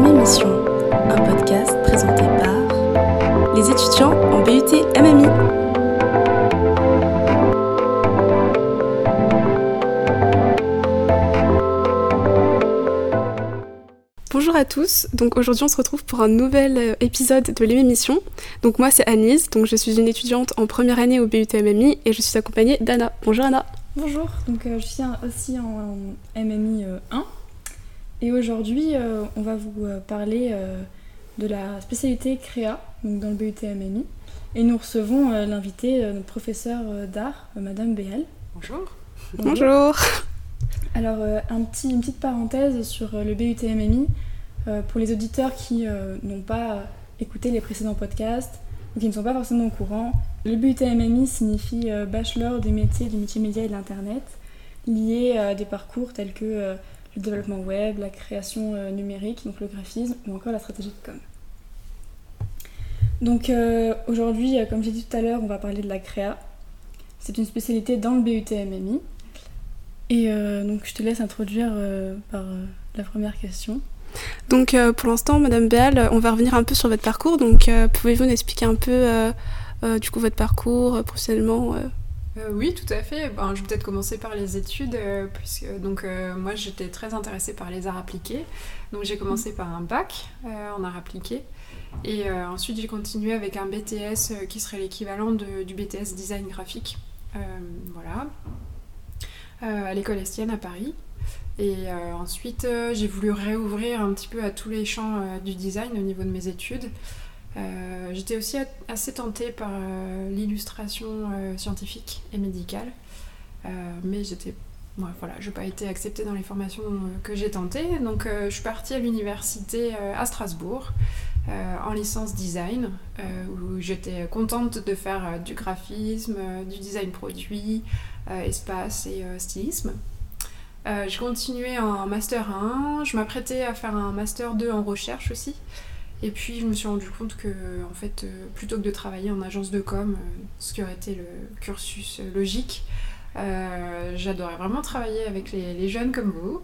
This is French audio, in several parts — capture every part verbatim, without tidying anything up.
L'M M Mission, un podcast présenté par les étudiants en B U T M M I. Bonjour à tous, donc aujourd'hui on se retrouve pour un nouvel épisode de l'M M Mission. Donc moi c'est Anise, donc je suis une étudiante en première année au B U T M M I et je suis accompagnée d'Anna. Bonjour Anna. Bonjour, donc euh, je suis aussi en M M I euh, un et aujourd'hui euh, on va vous euh, parler euh, de la spécialité créa donc dans le B U T M M I et nous recevons euh, l'invité, euh, notre professeur euh, d'art, euh, Madame Béal. Bonjour. Bonjour. Bonjour. Alors euh, un petit, une petite parenthèse sur euh, le B U T M M I euh, pour les auditeurs qui euh, n'ont pas écouté les précédents podcasts ou qui ne sont pas forcément au courant. Le B U T M M I signifie euh, Bachelor des métiers du multimédia et de l'Internet, lié à des parcours tels que euh, le développement web, la création euh, numérique, donc le graphisme, ou encore la stratégie de com. Donc euh, aujourd'hui, euh, comme j'ai dit tout à l'heure, on va parler de la créa. C'est une spécialité dans le B U T M M I. Et euh, donc je te laisse introduire euh, par euh, la première question. Donc euh, pour l'instant, Madame Béal, on va revenir un peu sur votre parcours. Donc euh, pouvez-vous nous expliquer un peu euh, euh, du coup votre parcours euh, professionnellement euh... Euh, oui, tout à fait. Ben, je vais peut-être commencer par les études, euh, puisque donc, euh, moi j'étais très intéressée par les arts appliqués. Donc j'ai commencé par un bac euh, en arts appliqués. Et euh, ensuite j'ai continué avec un B T S euh, qui serait l'équivalent de, du B T S design graphique. Euh, voilà. Euh, à l'école Estienne à Paris. Et euh, ensuite euh, j'ai voulu réouvrir un petit peu à tous les champs euh, du design au niveau de mes études. Euh, j'étais aussi assez tentée par euh, l'illustration euh, scientifique et médicale, euh, mais j'étais, ouais, voilà, je n'ai pas été acceptée dans les formations euh, que j'ai tentées, donc euh, je suis partie à l'université euh, à Strasbourg euh, en licence design, euh, où j'étais contente de faire euh, du graphisme, euh, du design produit, euh, espace et euh, stylisme. Euh, j'ai continué en master un, je m'apprêtais à faire un master deux en recherche aussi. Et puis je me suis rendu compte que, en fait, euh, plutôt que de travailler en agence de com, euh, ce qui aurait été le cursus euh, logique, euh, j'adorais vraiment travailler avec les, les jeunes comme vous.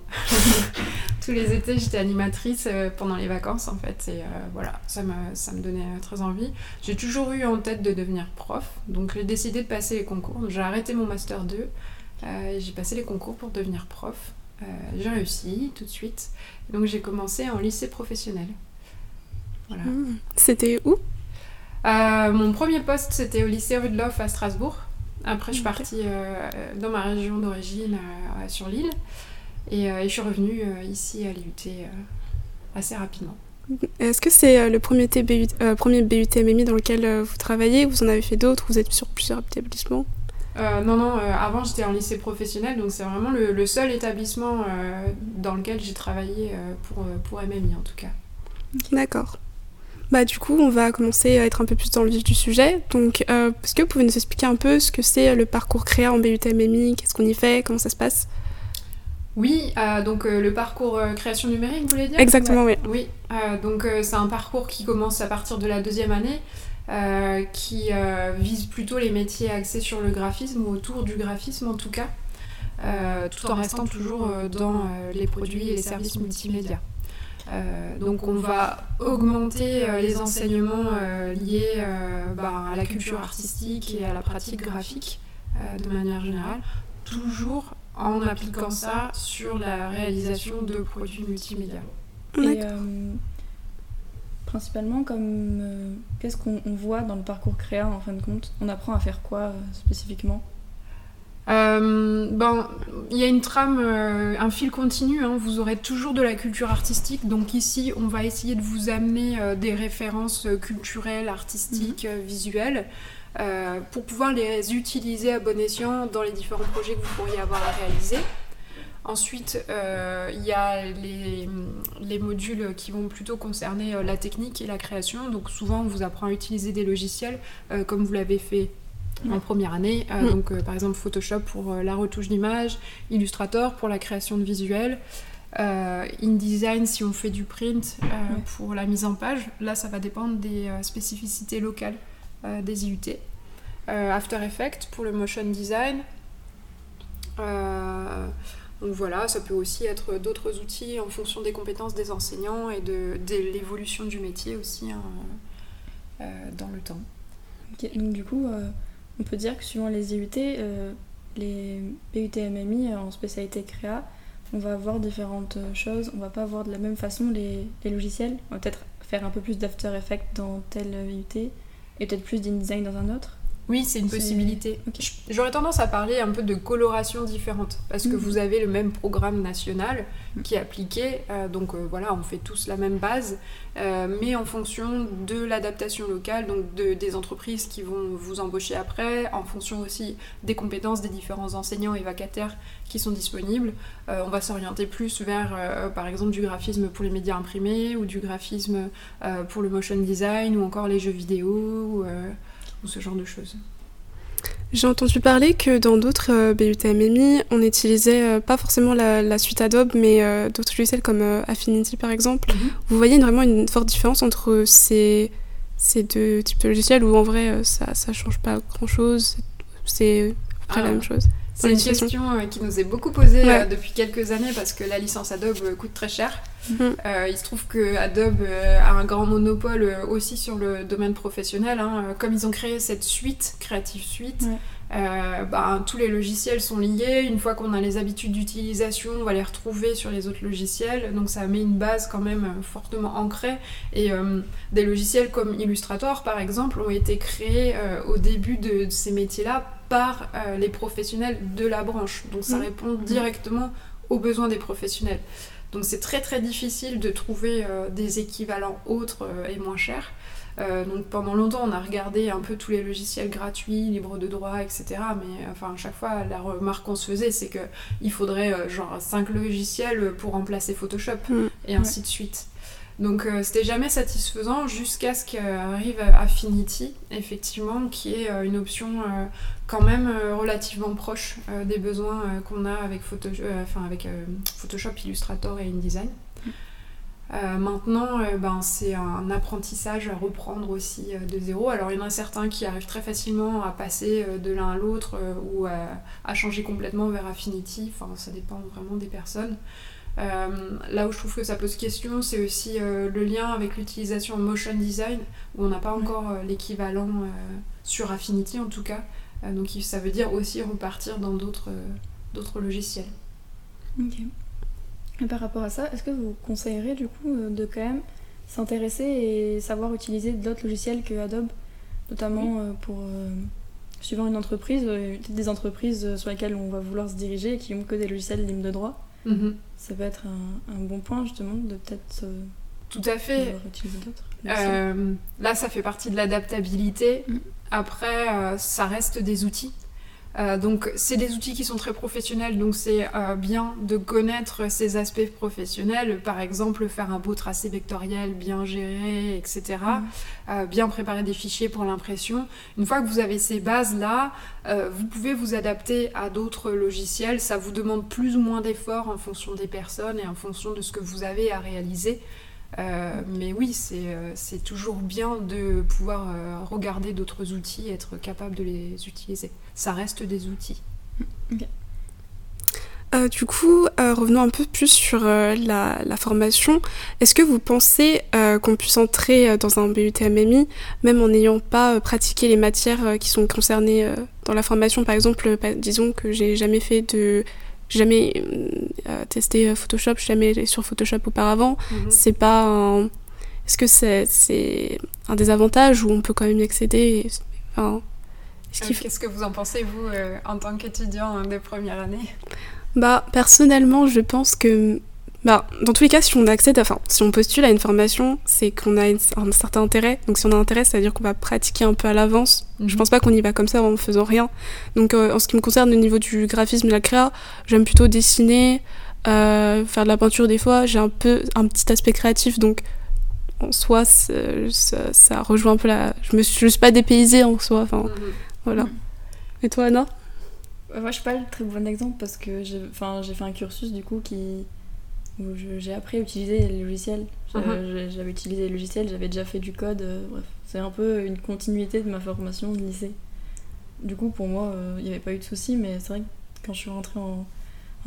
Tous les étés, j'étais animatrice euh, pendant les vacances, en fait, et euh, voilà, ça me, ça me donnait euh, très envie. J'ai toujours eu en tête de devenir prof, donc j'ai décidé de passer les concours. Donc, j'ai arrêté mon master deux, euh, et j'ai passé les concours pour devenir prof. Euh, j'ai réussi tout de suite, donc j'ai commencé en lycée professionnel. Voilà. Mmh. C'était où ? euh, Mon premier poste, c'était au lycée Rue de l'Off à Strasbourg. Après, je suis Okay. partie euh, dans ma région d'origine, euh, sur l'île. Et, euh, et je suis revenue euh, ici à l'I U T euh, assez rapidement. Est-ce que c'est euh, le premier, T B U, euh, premier B U T M M I dans lequel euh, vous travaillez ? Vous en avez fait d'autres ? Vous êtes sur plusieurs établissements ? euh, Non, non, euh, avant j'étais en lycée professionnel, donc c'est vraiment le, le seul établissement euh, dans lequel j'ai travaillé euh, pour, pour M M I en tout cas. D'accord. Bah du coup, on va commencer à être un peu plus dans le vif du sujet. Donc, euh, est-ce que vous pouvez nous expliquer un peu ce que c'est le parcours créa en B U T M M I ? Qu'est-ce qu'on y fait ? Comment ça se passe ? Oui, euh, donc euh, le parcours euh, création numérique, vous voulez dire ? Exactement, ouais. oui. Oui, euh, donc euh, c'est un parcours qui commence à partir de la deuxième année, euh, qui euh, vise plutôt les métiers axés sur le graphisme, ou autour du graphisme en tout cas, euh, tout en restant toujours euh, dans euh, les produits et les services multimédia. Euh, donc on va augmenter euh, les enseignements euh, liés euh, bah, à la culture artistique et à la pratique graphique euh, de manière générale, toujours en appliquant ça sur la réalisation de produits multimédia. Et euh, principalement, comme euh, qu'est-ce qu'on on voit dans le parcours créa en fin de compte ? On apprend à faire quoi euh, spécifiquement ? Euh, ben, il y a une trame, euh, un fil continu, hein, vous aurez toujours de la culture artistique, donc ici on va essayer de vous amener euh, des références culturelles, artistiques, mmh. euh, visuelles, euh, pour pouvoir les utiliser à bon escient dans les différents projets que vous pourriez avoir à réaliser. Ensuite, euh, il y a les, les modules qui vont plutôt concerner euh, la technique et la création, donc souvent on vous apprend à utiliser des logiciels euh, comme vous l'avez fait en première année, euh, mmh. donc euh, par exemple Photoshop pour euh, la retouche d'image, Illustrator pour la création de visuels, euh, InDesign si on fait du print euh, mmh. pour la mise en page. Là ça va dépendre des euh, spécificités locales euh, des I U T. Euh, After Effects pour le motion design. Euh, Donc voilà, ça peut aussi être d'autres outils en fonction des compétences des enseignants et de, de l'évolution du métier aussi hein, euh, dans le temps. Okay, donc du coup, euh, on peut dire que suivant les I U T, euh, les B U T M M I en spécialité créa, on va avoir différentes choses, on va pas avoir de la même façon les, les logiciels. On va peut-être faire un peu plus d'After Effects dans tel I U T et peut-être plus d'InDesign dans un autre. Oui, c'est une possibilité. Okay. J'aurais tendance à parler un peu de coloration différente, parce que mmh. vous avez le même programme national mmh. qui est appliqué, euh, donc euh, voilà, on fait tous la même base, euh, mais en fonction de l'adaptation locale, donc de, des entreprises qui vont vous embaucher après, en fonction aussi des compétences des différents enseignants et vacataires qui sont disponibles. Euh, on va s'orienter plus vers, euh, par exemple, du graphisme pour les médias imprimés, ou du graphisme euh, pour le motion design, ou encore les jeux vidéo, ou... Euh, ou ce genre de choses. J'ai entendu parler que dans d'autres euh, B U T M M I, on utilisait euh, pas forcément la, la suite Adobe, mais euh, d'autres logiciels comme euh, Affinity par exemple. Mm-hmm. Vous voyez une, vraiment une forte différence entre ces, ces deux types de logiciels où en vrai euh, ça, ça change pas grand-chose, c'est à peu près ah. la même chose. C'est une question euh, qui nous est beaucoup posée ouais. euh, depuis quelques années parce que la licence Adobe euh, coûte très cher. Mmh. Euh, il se trouve que Adobe euh, a un grand monopole euh, aussi sur le domaine professionnel. Hein. Comme ils ont créé cette suite, Creative Suite, ouais. euh, bah, tous les logiciels sont liés. Une fois qu'on a les habitudes d'utilisation, on va les retrouver sur les autres logiciels. Donc ça met une base quand même euh, fortement ancrée. Et euh, des logiciels comme Illustrator, par exemple, ont été créés euh, au début de, de ces métiers-là par euh, les professionnels de la branche. Donc ça répond directement aux besoins des professionnels. Donc c'est très très difficile de trouver euh, des équivalents autres euh, et moins chers. Euh, donc pendant longtemps on a regardé un peu tous les logiciels gratuits, libres de droit, et cetera. Mais enfin à chaque fois la remarque qu'on se faisait c'est qu'il faudrait euh, genre cinq logiciels pour remplacer Photoshop mmh. et ainsi ouais. de suite. Donc euh, c'était jamais satisfaisant jusqu'à ce qu'arrive Affinity, effectivement, qui est euh, une option euh, quand même euh, relativement proche euh, des besoins euh, qu'on a avec, Photo- euh, enfin, avec euh, Photoshop, Illustrator et InDesign. Euh, maintenant, euh, ben, c'est un apprentissage à reprendre aussi euh, de zéro. Alors il y en a certains qui arrivent très facilement à passer euh, de l'un à l'autre euh, ou à, à changer complètement vers Affinity, enfin ça dépend vraiment des personnes. Euh, là où je trouve que ça pose question, c'est aussi euh, le lien avec l'utilisation en motion design, où on n'a pas encore euh, l'équivalent euh, sur Affinity en tout cas. Euh, donc ça veut dire aussi repartir dans d'autres, euh, d'autres logiciels. Ok. Et par rapport à ça, est-ce que vous conseillerez du coup de quand même s'intéresser et savoir utiliser d'autres logiciels que Adobe, notamment oui. pour euh, suivant une entreprise, euh, des entreprises sur lesquelles on va vouloir se diriger et qui n'ont que des logiciels libres de droit? Mmh. Ça peut être un, un bon point justement de peut-être euh, tout à fait utiliser d'autres. Euh, là ça fait partie de l'adaptabilité. Mmh. Après euh, ça reste des outils. Euh, donc c'est des outils qui sont très professionnels, donc c'est euh, bien de connaître ces aspects professionnels, par exemple faire un beau tracé vectoriel bien géré, et cetera. Mmh. Euh, bien préparer des fichiers pour l'impression. Une fois que vous avez ces bases-là, euh, vous pouvez vous adapter à d'autres logiciels. Ça vous demande plus ou moins d'efforts en fonction des personnes et en fonction de ce que vous avez à réaliser. Euh, mais oui, c'est, euh, c'est toujours bien de pouvoir euh, regarder d'autres outils et être capable de les utiliser. Ça reste des outils. Okay. Euh, du coup, euh, revenons un peu plus sur euh, la, la formation. Est-ce que vous pensez euh, qu'on puisse entrer dans un B U T M M I, même en n'ayant pas euh, pratiqué les matières euh, qui sont concernées euh, dans la formation? Par exemple, euh, disons que j'ai jamais fait de... jamais euh, testé Photoshop, je suis jamais allée sur Photoshop auparavant. Mm-hmm. C'est pas un... Est-ce que c'est, c'est un désavantage ou on peut quand même y accéder? Enfin, est-ce qu'il... euh, Qu'est-ce que vous en pensez, vous, euh, en tant qu'étudiant des premières années? Bah, personnellement, je pense que... Bah, dans tous les cas, si on accède, enfin, si on postule à une formation, c'est qu'on a une, un certain intérêt. Donc si on a un intérêt, c'est-à-dire qu'on va pratiquer un peu à l'avance. Mm-hmm. Je pense pas qu'on y va comme ça en faisant rien. Donc euh, en ce qui me concerne, au niveau du graphisme et de la créa, j'aime plutôt dessiner, euh, faire de la peinture des fois. J'ai un peu un petit aspect créatif, donc en soi, ça, ça rejoint un peu la... Je me suis, je suis pas dépaysée en soi, enfin, mm-hmm. voilà. Mm-hmm. Et toi, Anna? Moi, je suis pas le très bon exemple parce que j'ai, enfin, j'ai fait un cursus du coup qui... où je, j'ai appris à utiliser les logiciels. Uh-huh. J'avais utilisé les logiciels, j'avais déjà fait du code, euh, bref. C'est un peu une continuité de ma formation de lycée. Du coup, pour moi, il euh, n'y avait pas eu de soucis, mais c'est vrai que quand je suis rentrée en,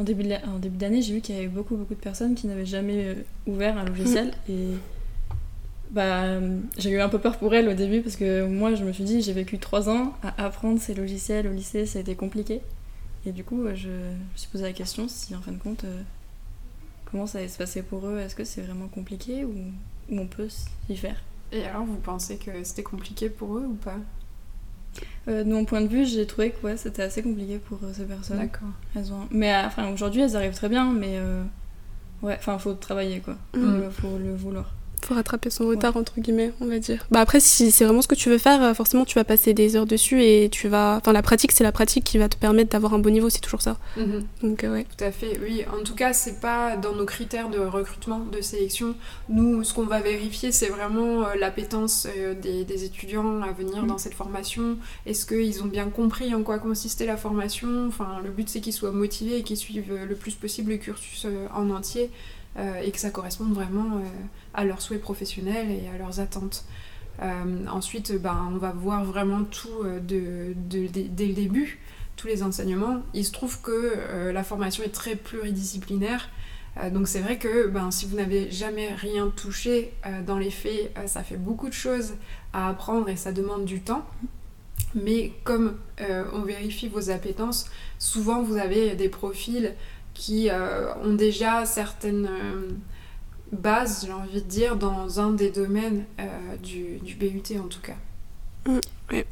en début, de, en début d'année, j'ai vu qu'il y avait beaucoup, beaucoup de personnes qui n'avaient jamais euh, ouvert un logiciel. Mmh. Et bah, euh, j'ai eu un peu peur pour elles au début parce que moi, je me suis dit, j'ai vécu trois ans à apprendre ces logiciels au lycée, ça a été compliqué. Et du coup, je me suis posé la question si, en fin de compte, euh, comment ça allait se passer pour eux. Est-ce que c'est vraiment compliqué ou, ou on peut s'y faire? Et alors, vous pensez que c'était compliqué pour eux ou pas? Euh, de mon point de vue, j'ai trouvé que ouais, c'était assez compliqué pour euh, ces personnes. D'accord. Elles ont... Mais enfin, aujourd'hui, elles arrivent très bien, mais euh... ouais, enfin, faut travailler quoi. Mmh. Euh, faut le vouloir. Faut rattraper son retard, ouais. Entre guillemets, on va dire. Bah après, si c'est vraiment ce que tu veux faire, forcément, tu vas passer des heures dessus et tu vas... Enfin, la pratique, c'est la pratique qui va te permettre d'avoir un bon niveau, c'est toujours ça. Mm-hmm. Donc, euh, ouais. Tout à fait, oui. En tout cas, c'est pas dans nos critères de recrutement, de sélection. Nous, ce qu'on va vérifier, c'est vraiment euh, l'appétence euh, des, des étudiants à venir mm. dans cette formation. Est-ce qu'ils ont bien compris en quoi consistait la formation? Enfin, le but, c'est qu'ils soient motivés et qu'ils suivent le plus possible le cursus euh, en entier. Euh, et que ça corresponde vraiment euh, à leurs souhaits professionnels et à leurs attentes. Euh, ensuite, ben, on va voir vraiment tout euh, de, de, de, dès le début, tous les enseignements. Il se trouve que euh, la formation est très pluridisciplinaire, euh, donc c'est vrai que ben, si vous n'avez jamais rien touché, euh, dans les faits, euh, ça fait beaucoup de choses à apprendre et ça demande du temps. Mais comme euh, on vérifie vos appétences, souvent vous avez des profils qui euh, ont déjà certaines euh, bases, j'ai envie de dire, dans un des domaines euh, du, du B U T en tout cas. Mmh, oui.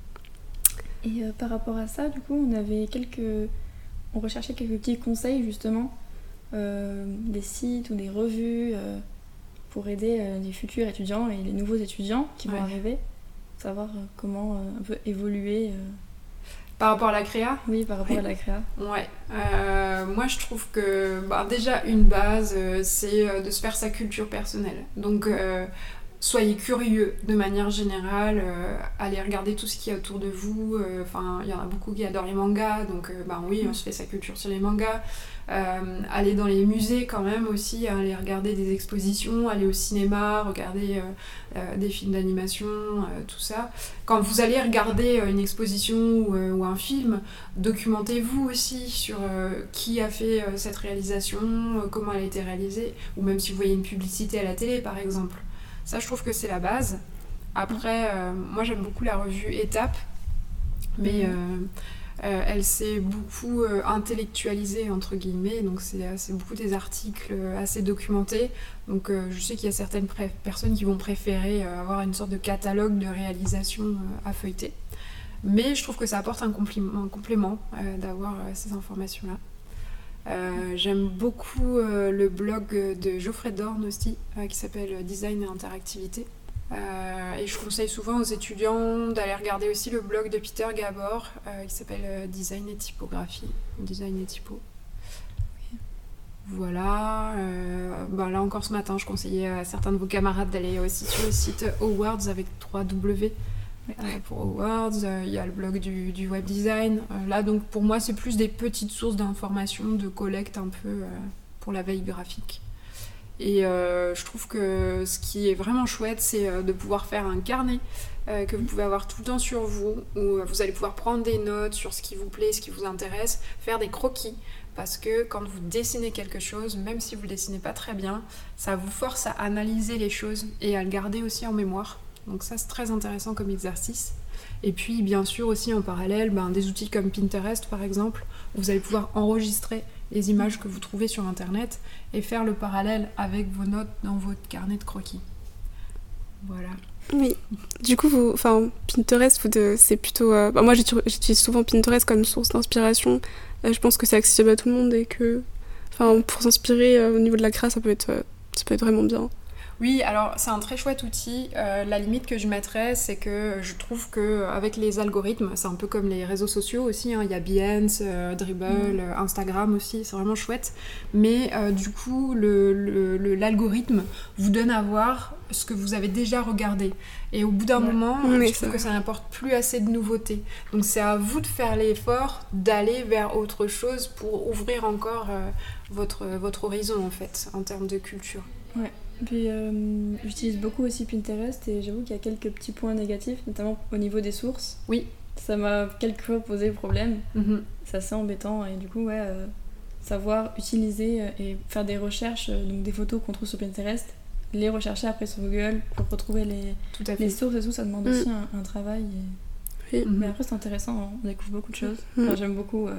Et euh, par rapport à ça, du coup, on avait quelques... On recherchait quelques petits conseils, justement, euh, des sites ou des revues euh, pour aider euh, les futurs étudiants et les nouveaux étudiants qui vont ouais. arriver, savoir euh, comment euh, un peu évoluer... Euh, Par rapport à la créa ? Oui, par rapport oui. à la créa. Ouais. Euh, moi, je trouve que bah, déjà, une base, euh, c'est euh, de se faire sa culture personnelle. Donc, euh, soyez curieux de manière générale. Euh, allez regarder tout ce qu'il y a autour de vous. Enfin, euh, il y en a beaucoup qui adorent les mangas. Donc, euh, bah, oui, on se fait sa culture sur les mangas. Euh, aller dans les musées quand même aussi, aller regarder des expositions, aller au cinéma, regarder euh, euh, des films d'animation, euh, tout ça. Quand vous allez regarder euh, une exposition ou, euh, ou un film, documentez-vous aussi sur euh, qui a fait euh, cette réalisation, euh, comment elle a été réalisée, ou même si vous voyez une publicité à la télé par exemple. Ça, je trouve que c'est la base. Après, euh, moi j'aime beaucoup la revue Étape, mais... Euh, Euh, elle s'est beaucoup euh, intellectualisée entre guillemets, donc c'est, c'est beaucoup des articles euh, assez documentés. Donc euh, je sais qu'il y a certaines pré- personnes qui vont préférer euh, avoir une sorte de catalogue de réalisation euh, à feuilleter. Mais je trouve que ça apporte un, compliment, un complément euh, d'avoir euh, ces informations-là. Euh, j'aime beaucoup euh, le blog de Geoffrey Dorn aussi, euh, qui s'appelle Design et Interactivité. Euh, et je conseille souvent aux étudiants d'aller regarder aussi le blog de Peter Gabor euh, qui s'appelle euh, Design et Typographie, Design et Typo. Okay. Voilà. Euh, ben là encore ce matin, je conseillais à certains de vos camarades d'aller aussi sur le site Awards avec trois W. Euh, pour Awards, il euh, y a le blog du, du web design. Euh, là, donc pour moi, c'est plus des petites sources d'informations, de collecte un peu euh, pour la veille graphique. Et euh, je trouve que ce qui est vraiment chouette, c'est euh, de pouvoir faire un carnet euh, que vous pouvez avoir tout le temps sur vous, où vous allez pouvoir prendre des notes sur ce qui vous plaît, ce qui vous intéresse, faire des croquis, parce que quand vous dessinez quelque chose, même si vous ne le dessinez pas très bien, ça vous force à analyser les choses et à le garder aussi en mémoire. Donc ça, c'est très intéressant comme exercice. Et puis, bien sûr, aussi en parallèle, ben, des outils comme Pinterest, par exemple, où vous allez pouvoir enregistrer les images que vous trouvez sur Internet et faire le parallèle avec vos notes dans votre carnet de croquis. Voilà. Oui. Du coup, vous, enfin, Pinterest, vous de, c'est plutôt... Euh, bah, moi, j'utilise souvent Pinterest comme source d'inspiration. Euh, je pense que c'est accessible à tout le monde et que... Enfin, pour s'inspirer euh, au niveau de la créa, ça peut être, euh, ça peut être vraiment bien. Oui, alors c'est un très chouette outil. Euh, la limite que je mettrais, c'est que je trouve qu'avec les algorithmes, c'est un peu comme les réseaux sociaux aussi, hein, il y a Behance, euh, Dribbble, mmh. euh, Instagram aussi, c'est vraiment chouette. Mais euh, du coup, le, le, le, l'algorithme vous donne à voir ce que vous avez déjà regardé. Et au bout d'un ouais. moment, oui, je trouve que ça n'apporte plus assez de nouveautés. Donc c'est à vous de faire l'effort d'aller vers autre chose pour ouvrir encore euh, votre, votre horizon en fait, en termes de culture. Ouais. Puis euh, j'utilise beaucoup aussi Pinterest et j'avoue qu'il y a quelques petits points négatifs, notamment au niveau des sources. Oui. Ça m'a quelquefois posé problème. Mm-hmm. C'est assez embêtant et du coup, ouais, euh, savoir utiliser et faire des recherches, donc des photos qu'on trouve sur Pinterest, les rechercher après sur Google pour retrouver les, tout à fait. les sources et tout, ça demande mmh. aussi un, un travail. Et... Oui. Mais après, c'est intéressant, hein. On découvre beaucoup de choses. Mmh. Enfin, j'aime beaucoup... Euh...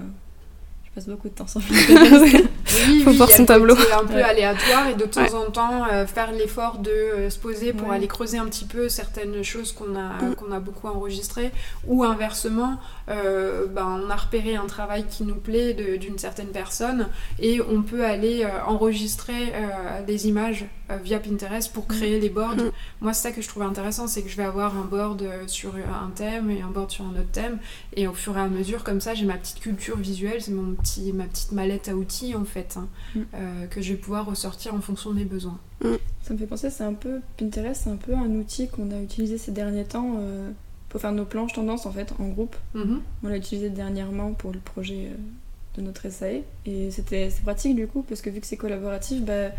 Je passe beaucoup de temps sur Pinterest. Oui, faut oui, voir son tableau. C'est un peu ouais. aléatoire et de temps ouais. en temps euh, faire l'effort de euh, se poser pour ouais. aller creuser un petit peu certaines choses qu'on a, mm. qu'on a beaucoup enregistrées, ou inversement, euh, ben, on a repéré un travail qui nous plaît de, d'une certaine personne et on peut aller euh, enregistrer euh, des images euh, via Pinterest pour créer mm. des boards. Mm. Moi, c'est ça que je trouvais intéressant, c'est que je vais avoir un board sur un thème et un board sur un autre thème, et au fur et à mesure, comme ça, j'ai ma petite culture visuelle, c'est mon petit, ma petite mallette à outils en fait, hein, mm. euh, que je vais pouvoir ressortir en fonction de mes besoins. Mm. Ça me fait penser, c'est un peu Pinterest, c'est un peu un outil qu'on a utilisé ces derniers temps euh, pour faire nos planches tendances en fait en groupe. Mm-hmm. On l'a utilisé dernièrement pour le projet euh, de notre essai et c'était c'est pratique du coup parce que vu que c'est collaboratif, bah,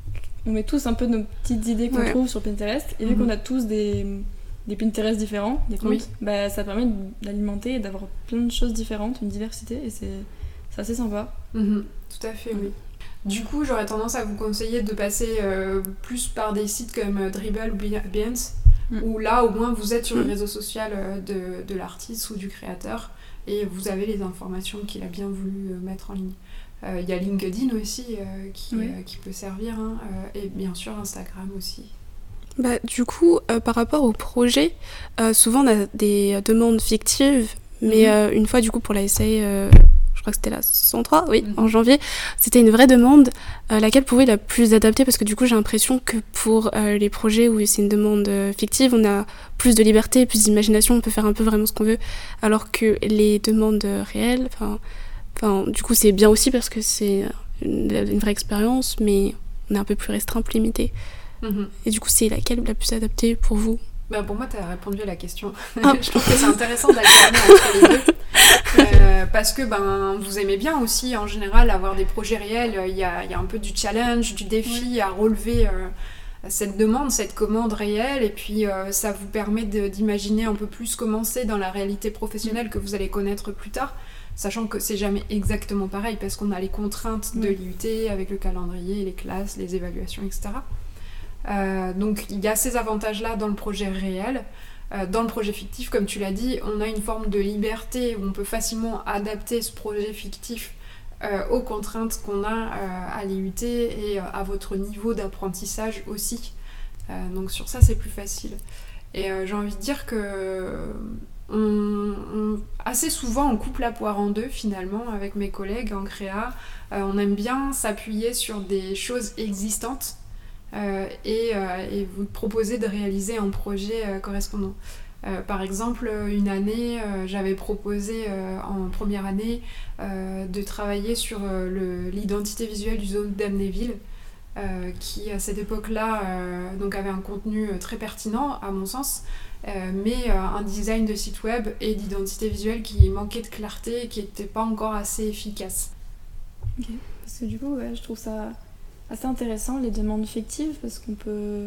on met tous un peu nos petites idées qu'on ouais. trouve sur Pinterest et vu mm-hmm. qu'on a tous des des Pinterest différents, des comptes, oui. bah, ça permet d'alimenter et d'avoir plein de choses différentes, une diversité et c'est C'est assez sympa. Mmh, tout à fait, oui. Du coup, j'aurais tendance à vous conseiller de passer euh, plus par des sites comme euh, Dribbble ou Behance, mmh. où là, au moins, vous êtes sur mmh. le réseau social euh, de, de l'artiste ou du créateur et vous avez les informations qu'il a bien voulu euh, mettre en ligne. Il euh, y a LinkedIn aussi euh, qui, oui. euh, qui peut servir, hein, euh, et bien sûr Instagram aussi. Bah, du coup, euh, par rapport au projet, euh, souvent on a des demandes fictives, mais mmh. euh, une fois, du coup, pour la essai... Euh, je crois que c'était la cent trois, oui, mmh. en janvier, c'était une vraie demande, euh, laquelle pour vous est la plus adaptée, parce que du coup j'ai l'impression que pour euh, les projets où c'est une demande euh, fictive, on a plus de liberté, plus d'imagination, on peut faire un peu vraiment ce qu'on veut, alors que les demandes euh, réelles, enfin, du coup c'est bien aussi parce que c'est une, une vraie expérience, mais on est un peu plus restreint, plus limité. Mmh. Et du coup c'est laquelle la plus adaptée pour vous ? Bah pour moi, tu as répondu à la question. Ah. Je trouve que c'est intéressant d'alterner entre les deux. Euh, parce que ben, vous aimez bien aussi, en général, avoir des projets réels. Il y a, il y a un peu du challenge, du défi oui. à relever euh, cette demande, cette commande réelle. Et puis, euh, ça vous permet de, d'imaginer un peu plus comment c'est dans la réalité professionnelle que vous allez connaître plus tard. Sachant que c'est jamais exactement pareil, parce qu'on a les contraintes oui. de l'I U T, avec le calendrier, les classes, les évaluations, et cetera. Euh, donc il y a ces avantages-là dans le projet réel. Euh, dans le projet fictif, comme tu l'as dit, on a une forme de liberté où on peut facilement adapter ce projet fictif euh, aux contraintes qu'on a euh, à l'I U T et euh, à votre niveau d'apprentissage aussi. Euh, donc sur ça, c'est plus facile. Et euh, j'ai envie de dire que on, on, assez souvent, on coupe la poire en deux finalement avec mes collègues en créa. Euh, on aime bien s'appuyer sur des choses existantes Euh, et, euh, et vous proposer de réaliser un projet euh, correspondant. Euh, par exemple, une année, euh, j'avais proposé euh, en première année euh, de travailler sur euh, le, l'identité visuelle du zoo d'Amnéville, euh, qui à cette époque-là euh, donc avait un contenu très pertinent à mon sens, euh, mais euh, un design de site web et d'identité visuelle qui manquait de clarté et qui n'était pas encore assez efficace. Ok, parce que du coup, ouais, je trouve ça assez intéressant les demandes fictives parce qu'on peut...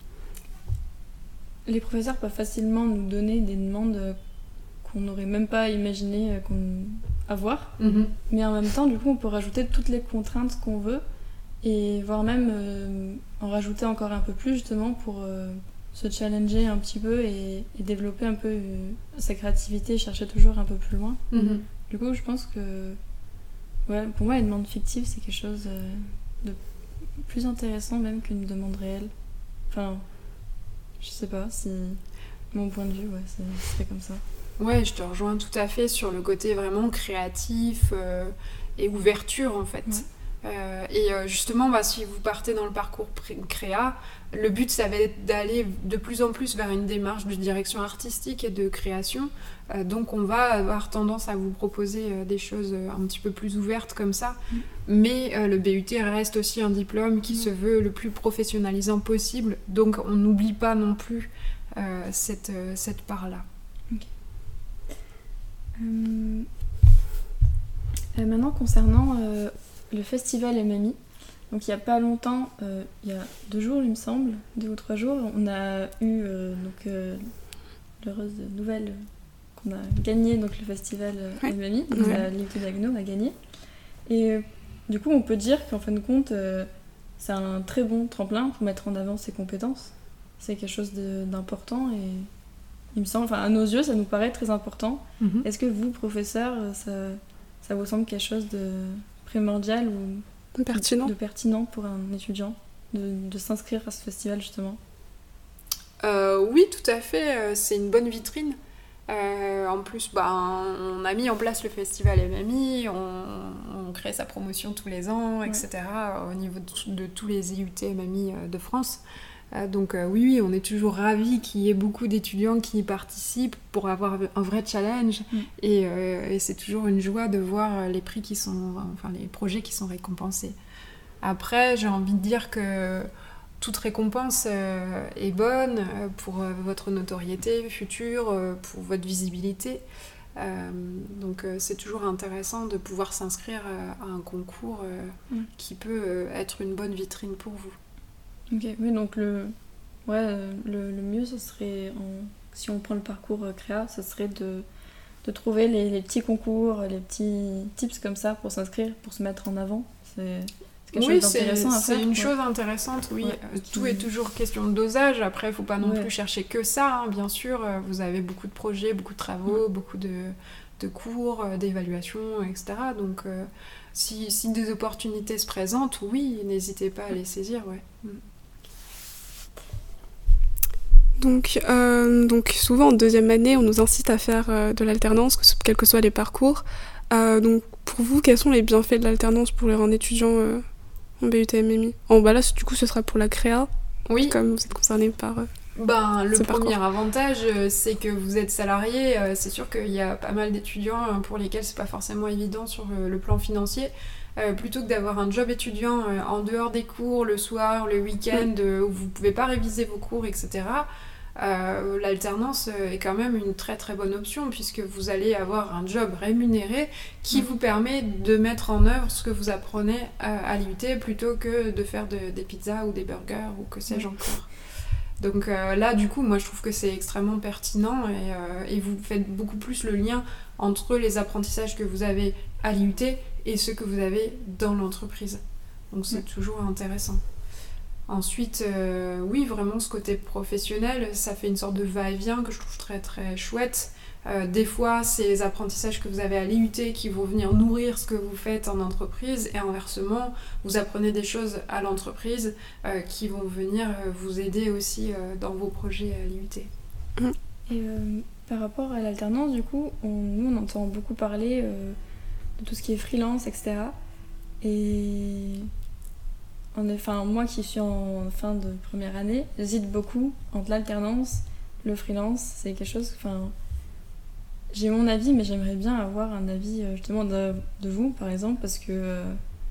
Les professeurs peuvent facilement nous donner des demandes qu'on n'aurait même pas imaginé qu'on... avoir, mm-hmm. mais en même temps, du coup, on peut rajouter toutes les contraintes qu'on veut et voire même euh, en rajouter encore un peu plus justement pour euh, se challenger un petit peu et, et développer un peu euh, sa créativité et chercher toujours un peu plus loin. Mm-hmm. Du coup, je pense que ouais, pour moi, les demandes fictives, c'est quelque chose euh, de plus intéressant même qu'une demande réelle. Enfin, je sais pas si mon point de vue, ouais, c'est, c'est comme ça. Ouais, je te rejoins tout à fait sur le côté vraiment créatif euh, et ouverture en fait. Ouais. Euh, et euh, justement, bah, si vous partez dans le parcours pré- créa, le but ça va être d'aller de plus en plus vers une démarche de direction artistique et de création. Euh, donc on va avoir tendance à vous proposer euh, des choses euh, un petit peu plus ouvertes comme ça. Mmh. Mais euh, le B U T reste aussi un diplôme qui mmh. se veut le plus professionnalisant possible. Donc on n'oublie pas non plus euh, cette, euh, cette part-là. Okay. Euh... Euh, maintenant concernant euh, le festival M M I, donc il n'y a pas longtemps, euh, il y a deux jours il me semble, deux ou trois jours, on a eu euh, donc, euh, l'heureuse nouvelle qu'on a gagné donc, le festival euh, ouais. M M I, donc ouais. la L'I U T Diagonaux a gagné. Et euh, Du coup, on peut dire qu'en fin de compte, euh, c'est un très bon tremplin pour mettre en avant ses compétences. C'est quelque chose de, d'important et il me semble, enfin, à nos yeux, ça nous paraît très important. Mm-hmm. Est-ce que vous, professeur, ça, ça vous semble quelque chose de primordial ou pertinent. de pertinent pour un étudiant de, de s'inscrire à ce festival, justement ? euh, Oui, tout à fait. C'est une bonne vitrine. Euh, en plus, bah, on a mis en place le festival M M I, on, on crée sa promotion tous les ans, ouais. et cetera, au niveau de, de tous les I U T M M I de France. Euh, donc euh, oui, oui, on est toujours ravis qu'il y ait beaucoup d'étudiants qui y participent pour avoir un vrai challenge. Mm. Et, euh, et c'est toujours une joie de voir les prix qui sont, enfin les projets qui sont récompensés. Après, j'ai envie de dire que toute récompense euh, est bonne euh, pour euh, votre notoriété future, euh, pour votre visibilité. Euh, donc euh, c'est toujours intéressant de pouvoir s'inscrire euh, à un concours euh, mm. qui peut euh, être une bonne vitrine pour vous. Ok, oui, donc le, ouais, le, le mieux, ce serait, en, si on prend le parcours euh, créa, ce serait de, de trouver les, les petits concours, les petits tips comme ça pour s'inscrire, pour se mettre en avant. C'est... Oui, c'est, c'est une ouais. chose intéressante, oui. Ouais, euh, tout est toujours question de dosage. Après, il ne faut pas non ouais. plus chercher que ça, hein, bien sûr. Vous avez beaucoup de projets, beaucoup de travaux, ouais. beaucoup de, de cours, d'évaluations, et cetera. Donc, euh, si, si des opportunités se présentent, oui, n'hésitez pas à les saisir, ouais. Mm. Donc, euh, donc, souvent, en deuxième année, on nous incite à faire euh, de l'alternance, que ce, quels que soient les parcours. Euh, donc, pour vous, quels sont les bienfaits de l'alternance pour un étudiant euh, en B U T M M I ? En bah là, du coup, ce sera pour la créa, oui. comme vous êtes concerné par euh, ben, le premier parcours. Avantage, c'est que vous êtes salarié. C'est sûr qu'il y a pas mal d'étudiants pour lesquels c'est pas forcément évident sur le plan financier. Euh, plutôt que d'avoir un job étudiant euh, en dehors des cours, le soir, le week-end, euh, où vous pouvez pas réviser vos cours, et cetera, Euh, l'alternance est quand même une très très bonne option puisque vous allez avoir un job rémunéré qui mmh. vous permet de mettre en œuvre ce que vous apprenez à, à l'I U T plutôt que de faire de, des pizzas ou des burgers ou que sais-je encore. Donc euh, là du coup moi je trouve que c'est extrêmement pertinent et, euh, et vous faites beaucoup plus le lien entre les apprentissages que vous avez à l'I U T et ceux que vous avez dans l'entreprise. Donc c'est mmh. toujours intéressant. Ensuite, euh, oui, vraiment, ce côté professionnel, ça fait une sorte de va-et-vient que je trouve très, très chouette. Euh, des fois, c'est les apprentissages que vous avez à l'I U T qui vont venir nourrir ce que vous faites en entreprise, et inversement, vous apprenez des choses à l'entreprise euh, qui vont venir euh, vous aider aussi euh, dans vos projets à l'I U T. Et euh, par rapport à l'alternance, du coup, on, nous, on entend beaucoup parler euh, de tout ce qui est freelance, et cetera. Et... Enfin, moi qui suis en fin de première année, j'hésite beaucoup entre l'alternance, le freelance, c'est quelque chose... Enfin, j'ai mon avis, mais j'aimerais bien avoir un avis justement de, de vous, par exemple, parce que euh,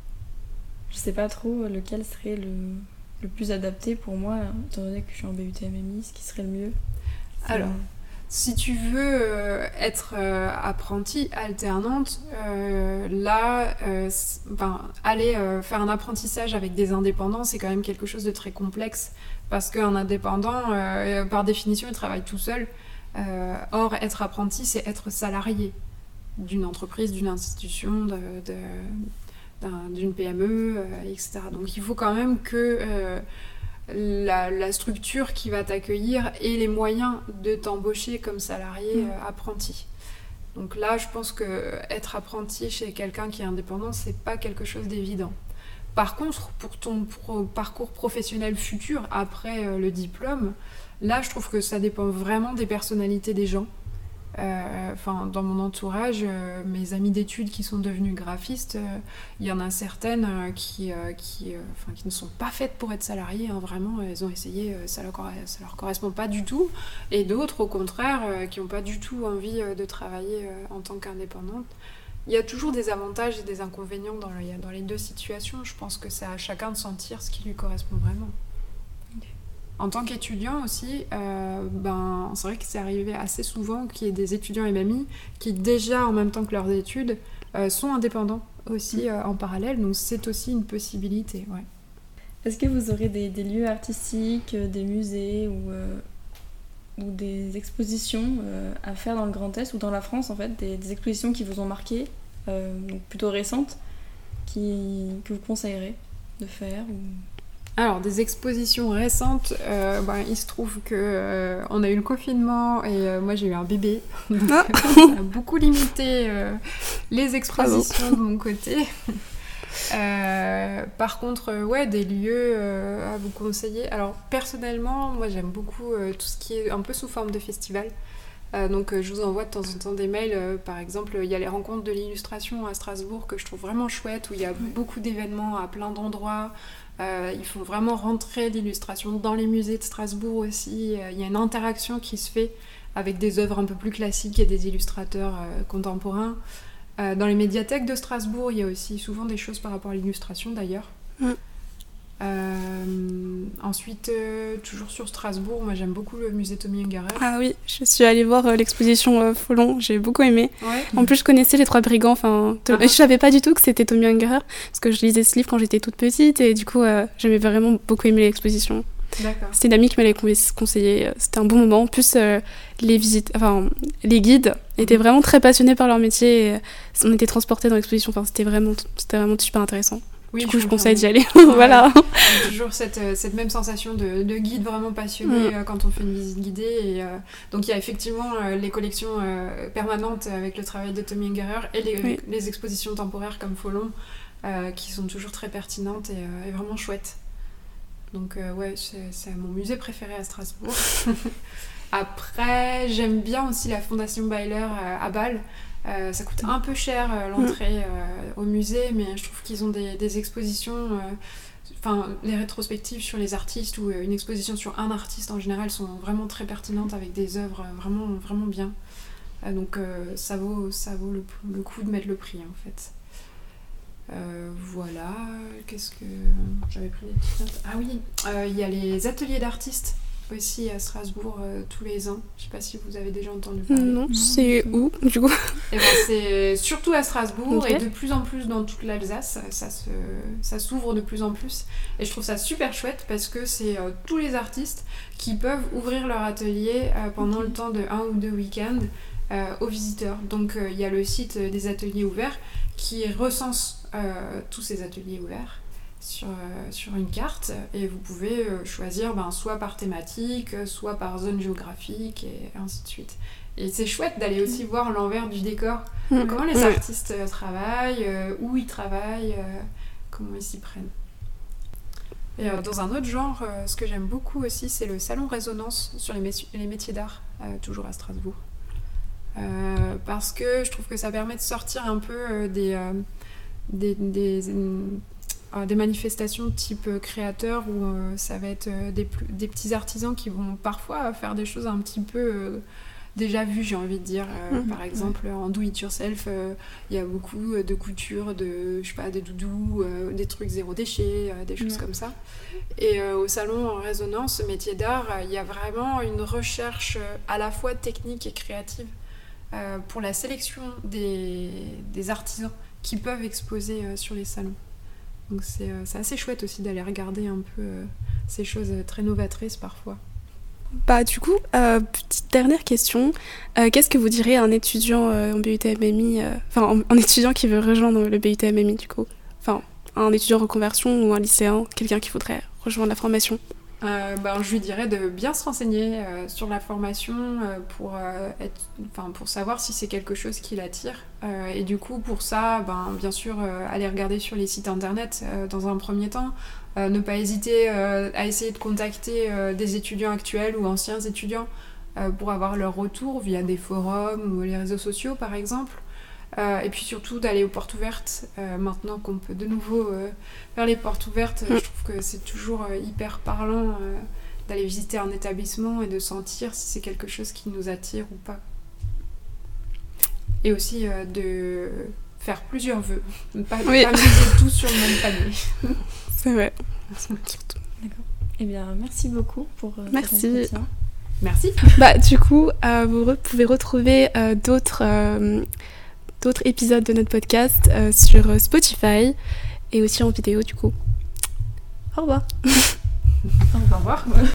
je sais pas trop lequel serait le, le plus adapté pour moi, étant donné que je suis en B U T M M I, ce qui serait le mieux. C'est... Alors, si tu veux euh, être euh, apprentie alternante, euh, là, euh, ben, aller euh, faire un apprentissage avec des indépendants, c'est quand même quelque chose de très complexe, parce qu'un indépendant, euh, par définition, il travaille tout seul. Euh, or, être apprenti, c'est être salarié d'une entreprise, d'une institution, de, de, d'un, d'une P M E, euh, et cetera. Donc, il faut quand même que... Euh, La, la structure qui va t'accueillir et les moyens de t'embaucher comme salarié mmh. euh, apprenti. Donc là, je pense que être apprenti chez quelqu'un qui est indépendant, c'est pas quelque chose d'évident. Par contre, pour ton pro- parcours professionnel futur, après euh, le diplôme, là, je trouve que ça dépend vraiment des personnalités des gens. Euh, enfin, dans mon entourage, euh, mes amies d'études qui sont devenues graphistes, il euh, y en a certaines euh, qui, euh, qui, euh, qui ne sont pas faites pour être salariées, hein, vraiment, elles ont essayé, euh, ça leur, ça leur correspond pas du tout, et d'autres, au contraire, euh, qui n'ont pas du tout envie euh, de travailler euh, en tant qu'indépendante. Il y a toujours des avantages et des inconvénients dans, le, dans les deux situations. Je pense que c'est à chacun de sentir ce qui lui correspond vraiment. En tant qu'étudiant aussi, euh, ben, c'est vrai que c'est arrivé assez souvent qu'il y ait des étudiants M M I qui déjà, en même temps que leurs études, euh, sont indépendants aussi euh, en parallèle, donc c'est aussi une possibilité. Ouais. Est-ce que vous aurez des, des lieux artistiques, des musées ou, euh, ou des expositions euh, à faire dans le Grand Est ou dans la France, en fait, des, des expositions qui vous ont marqué, euh, donc plutôt récentes, qui, que vous conseillerez de faire ou... Alors, des expositions récentes, euh, bah, il se trouve qu'on euh, a eu le confinement et euh, moi j'ai eu un bébé. Donc, ah. Ça a beaucoup limité euh, les expositions Bravo. De mon côté. Euh, par contre, euh, ouais, des lieux euh, à vous conseiller. Alors, personnellement, moi j'aime beaucoup euh, tout ce qui est un peu sous forme de festival. Euh, donc euh, je vous envoie de temps en temps des mails. Euh, par exemple, il y a les rencontres de l'illustration à Strasbourg que je trouve vraiment chouette, où il y a beaucoup d'événements à plein d'endroits. Euh, ils font vraiment rentrer l'illustration dans les musées de Strasbourg aussi. Il euh, y a une interaction qui se fait avec des œuvres un peu plus classiques et des illustrateurs euh, contemporains. Euh, dans les médiathèques de Strasbourg, il y a aussi souvent des choses par rapport à l'illustration d'ailleurs. Mm. Euh, ensuite, euh, toujours sur Strasbourg, moi j'aime beaucoup le musée Tommy Ungerer. Ah oui, je suis allée voir euh, l'exposition euh, Folon, j'ai beaucoup aimé. Ouais. En plus, je connaissais Les Trois Brigands, enfin, to- ah. je savais pas du tout que c'était Tommy Ungerer, parce que je lisais ce livre quand j'étais toute petite, et du coup, euh, j'avais vraiment beaucoup aimé l'exposition. D'accord. C'était une amie qui m'avait conseillé, c'était un bon moment. En plus, euh, les, visites, enfin, les guides étaient vraiment très passionnés par leur métier, et, euh, on était transportés dans l'exposition, enfin, c'était vraiment, c'était vraiment super intéressant. Oui, du coup, je, je conseille d'y aller. Ouais, voilà. Toujours cette, cette même sensation de, de guide vraiment passionné mmh. euh, quand on fait une visite guidée. Et, euh, donc, il y a effectivement euh, les collections euh, permanentes avec le travail de Tommy Ungerer et les, oui. les expositions temporaires comme Folon euh, qui sont toujours très pertinentes et, euh, et vraiment chouettes. Donc, euh, ouais, c'est, c'est mon musée préféré à Strasbourg. Après, j'aime bien aussi la Fondation Bayler euh, à Bâle. Euh, ça coûte un peu cher euh, l'entrée euh, au musée, mais je trouve qu'ils ont des, des expositions, enfin euh, les rétrospectives sur les artistes ou euh, une exposition sur un artiste en général sont vraiment très pertinentes avec des œuvres vraiment, vraiment bien. Euh, donc euh, ça vaut, ça vaut le, le coup de mettre le prix en fait. Euh, voilà, qu'est-ce que... J'avais pris des petites notes. Ah oui, il euh, y a les ateliers d'artistes aussi à Strasbourg euh, tous les ans. Je sais pas si vous avez déjà entendu parler. Non, c'est où du coup? Et ben, c'est surtout à Strasbourg okay. et de plus en plus dans toute l'Alsace. Ça, se, ça s'ouvre de plus en plus. Et je trouve ça super chouette parce que c'est euh, tous les artistes qui peuvent ouvrir leur atelier euh, pendant okay. le temps de un ou deux week-ends euh, aux visiteurs. Donc il euh, y a le site des ateliers ouverts qui recense euh, tous ces ateliers ouverts. Sur, euh, sur une carte et vous pouvez euh, choisir ben, soit par thématique, soit par zone géographique et ainsi de suite. Et c'est chouette d'aller aussi voir l'envers du décor, mmh. comment les artistes euh, travaillent, euh, où ils travaillent, euh, comment ils s'y prennent. Et euh, dans un autre genre, euh, ce que j'aime beaucoup aussi, c'est le salon Résonance sur les, mé- les métiers d'art, euh, toujours à Strasbourg. Euh, parce que je trouve que ça permet de sortir un peu euh, des... Euh, des, des, des des manifestations type créateur où euh, ça va être euh, des, plus, des petits artisans qui vont parfois faire des choses un petit peu euh, déjà vues, j'ai envie de dire. Euh, mmh, par exemple, ouais. en do it yourself, il euh, y a beaucoup de couture, de, je sais pas, des doudous, euh, des trucs zéro déchet, euh, des choses mmh. comme ça. Et euh, au salon en Résonance, métier d'art, il euh, y a vraiment une recherche euh, à la fois technique et créative euh, pour la sélection des, des artisans qui peuvent exposer euh, sur les salons. Donc c'est, euh, c'est assez chouette aussi d'aller regarder un peu euh, ces choses très novatrices parfois. Bah du coup, euh, petite dernière question, euh, qu'est-ce que vous diriez à un étudiant euh, en B U T M M I, enfin euh, un étudiant qui veut rejoindre le B U T M M I du coup, enfin un étudiant en reconversion ou un lycéen, quelqu'un qui voudrait rejoindre la formation? Euh, ben, je lui dirais de bien se renseigner euh, sur la formation euh, pour, euh, être, pour savoir si c'est quelque chose qui l'attire. Euh, et du coup, pour ça, ben, bien sûr, euh, aller regarder sur les sites internet euh, dans un premier temps. Euh, ne pas hésiter euh, à essayer de contacter euh, des étudiants actuels ou anciens étudiants euh, pour avoir leur retour via des forums ou les réseaux sociaux, par exemple. Euh, et puis surtout d'aller aux portes ouvertes, euh, maintenant qu'on peut de nouveau euh, faire les portes ouvertes, mmh. je trouve que c'est toujours euh, hyper parlant euh, d'aller visiter un établissement et de sentir si c'est quelque chose qui nous attire ou pas. Et aussi euh, de faire plusieurs vœux, ne pas, oui. pas miser tout sur le même panier. C'est vrai. Surtout. D'accord. Eh bien, merci beaucoup pour euh, merci. cet entretien. Merci. Bah, du coup, euh, vous re- pouvez retrouver euh, d'autres... Euh, d'autres épisodes de notre podcast euh, sur Spotify et aussi en vidéo du coup. Au revoir. Au revoir.